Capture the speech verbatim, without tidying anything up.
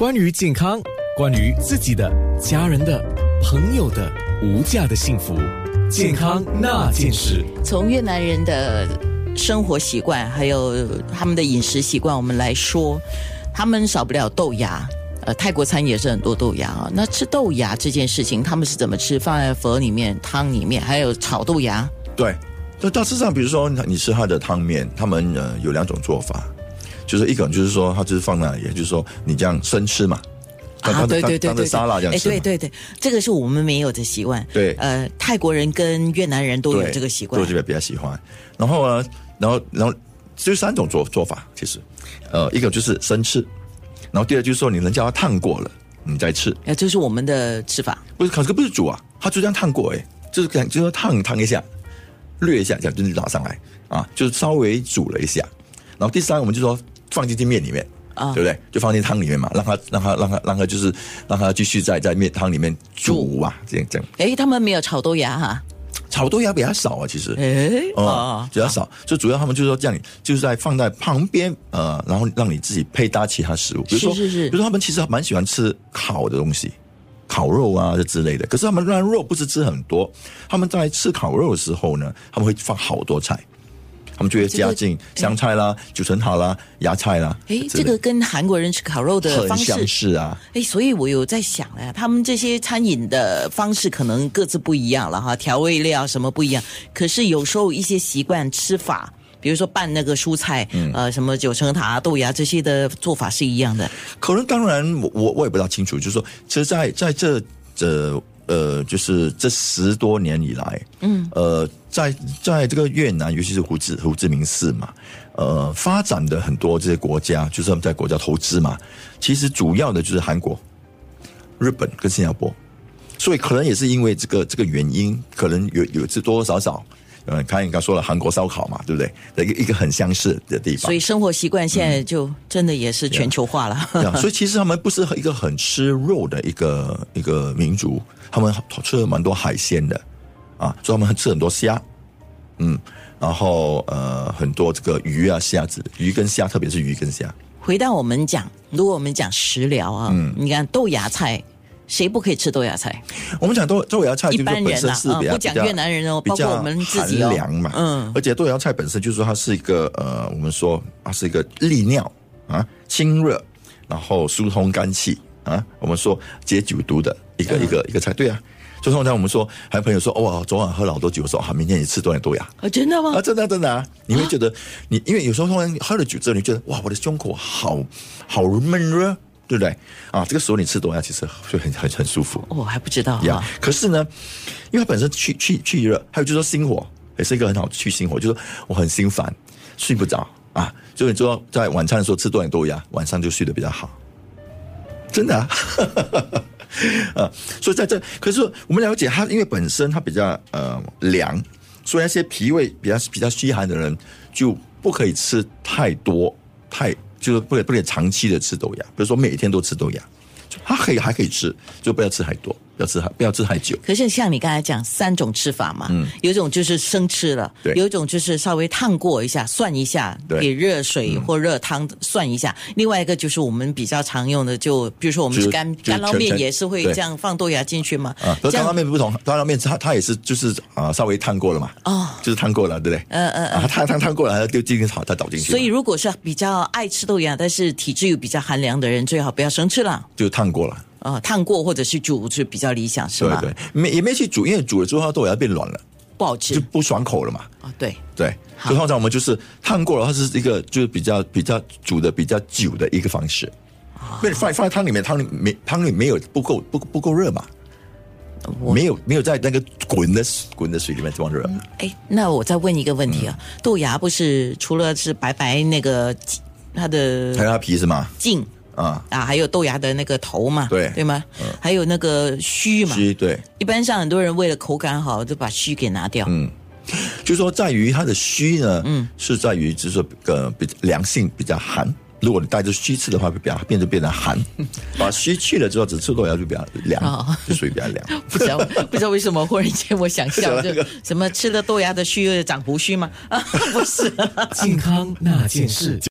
关于健康，关于自己的、家人的、朋友的无价的幸福，健康那件事。 从越南人的生活习惯还有他们的饮食习惯我们来说，他们少不了豆芽。呃，泰国餐也是很多豆芽啊。那吃豆芽这件事情，他们是怎么吃？放在粉里面、汤里面，还有炒豆芽。 对，那大致上，比如说你吃它的汤面，他们呃有两种做法，就是一种就是说，它就是放那里，也就是说你这样生吃嘛。 啊，对对对对， 当着沙拉这样吃。 哎，对对对，这个是我们没有的习惯。 对， 呃，泰国人跟越南人都有这个习惯， 都这边比较喜欢。然后呢，然后然后就三种做做法，其实，呃，一个就是生吃，然后第二就是说你人家要烫过了，你再吃。 呃，这是我们的吃法。 不是，可是不是煮啊，他就这样烫过，哎，就是就是烫烫一下，略一下，这样就拿上来啊，就是稍微煮了一下。然后第三，我们就说放进去面里面。啊，对不对？就放进汤里面嘛，让它让它让它让它就是让它继续在在面汤里面煮啊，这样这样。 哎，他们没有炒豆芽哈， 炒豆芽比较少啊，其实。 哎， 哦，比较少，就主要他们就是说这样，就是在放在旁边，呃，然后让你自己配搭其他食物，比如说， 是是是， 比如说他们其实蛮喜欢吃烤的东西，烤肉啊这之类的。可是他们当然肉不是吃很多，他们在吃烤肉的时候呢，他们会放好多菜。他们就会加进香菜啦、九层塔啦、芽菜啦。 哎，这个跟韩国人吃烤肉的方式很相似啊。 哎，所以我有在想哎，他们这些餐饮的方式可能各自不一样了哈，调味料什么不一样。可是有时候一些习惯吃法，比如说拌那个蔬菜，嗯、呃，什么九层塔、豆芽这些的做法是一样的。 可能当然我，我我也不大清楚，就是说，其实在在这这。呃，就是这十多年以来，嗯，呃，在在这个越南，尤其是胡志胡志明市嘛，呃，发展的很多这些国家，就是他们在国家投资嘛，其实主要的就是韩国、日本跟新加坡，所以可能也是因为这个这个原因，可能有有这多多少少。嗯，看你刚说了韩国烧烤嘛，对不对？一个一个很相似的地方， 所以生活习惯现在就真的也是全球化了。 嗯、所以其实他们不是一个很吃肉的一个一个民族，他们吃了蛮多海鲜的啊，所以他们吃很多虾，嗯，然后呃很多这个鱼啊虾子，鱼跟虾，特别是鱼跟虾。 回到我们讲，如果我们讲食疗啊，嗯，你看豆芽菜。谁不可以吃豆芽菜？ 我们讲豆豆芽菜， 一般人啊， 是比较不讲越南人哦，包括我们自己哦， 寒凉嘛，嗯，而且豆芽菜本身就是说它是一个呃，我们说它是一个利尿啊、清热，然后疏通肝气啊，我们说解酒毒的一个、嗯、一个一个菜，对啊。就通常我们说，还有朋友说，哇，昨晚喝了好多酒，说好，明天你吃多点豆芽啊，真的吗？ 啊，真的真的啊！你会觉得、啊、你因为有时候突然喝了酒之后，你觉得哇，我的胸口好好闷热。对不对啊？这个时候你吃豆芽其实就很很很舒服。 我、哦、还不知道呀、啊。可是呢，因为它本身去去去热，还有就是说心火也是一个很好去心火，就是我很心烦，睡不着啊。所以你说在晚餐的时候吃多点豆芽，晚上就睡得比较好。真的啊，啊，所以在这，可是我们了解它，因为本身它比较呃凉，所以那些脾胃比较比较虚寒的人就不可以吃太多太。就是不可以不可以长期的吃豆芽，比如说每天都吃豆芽，它可以还可以吃，就不要吃太多，不要吃不要吃太久。 可是像你刚才讲三种吃法嘛，嗯，有一种就是生吃了， 对， 有一种就是稍微烫过一下，涮一下，给热水或热汤涮一下。嗯、另外一个就是我们比较常用的，就比如说我们吃干干捞面也是会这样放豆芽进去嘛。 啊，和干捞面不同，干捞面它它也是就是啊、呃、稍微烫过了嘛，哦，就是烫过了，对不对？嗯嗯嗯，烫烫烫过了，它就进去炒，它倒进去。 所以如果是比较爱吃豆芽，但是体质又比较寒凉的人，最好不要生吃了， 就烫过了。 啊、呃，烫过或者是煮是比较理想，是吗？ 对对，没也没去煮，因为煮了之后它豆芽变软了， 不好吃， 就不爽口了嘛。 啊、哦，对对，所以通常我们就是烫过了，它是一个就是比较比较煮的比较久的一个方式。啊，因为放放在汤里面，汤里没汤里没有不够不不够热嘛，没有没有在那个滚的滚的水里面装热。 哎、嗯，那我再问一个问题啊，嗯、豆芽不是除了是白白那个它的， 还有它皮是吗？ 茎。啊啊，还有豆芽的那个头嘛， 对对吗？嗯、还有那个须嘛， 须对。 一般上很多人为了口感好，就把须给拿掉。 嗯，就是说在于它的须呢，嗯，是在于就是说呃比良性比较寒。如果你带着须吃的话，会比较变得变得寒。把须去了之后，只吃豆芽就比较凉，哦、就属于比较凉。 不知道不知道为什么忽然间我想笑，就什么吃了豆芽的须长胡须吗？啊，不是， 健康那件事。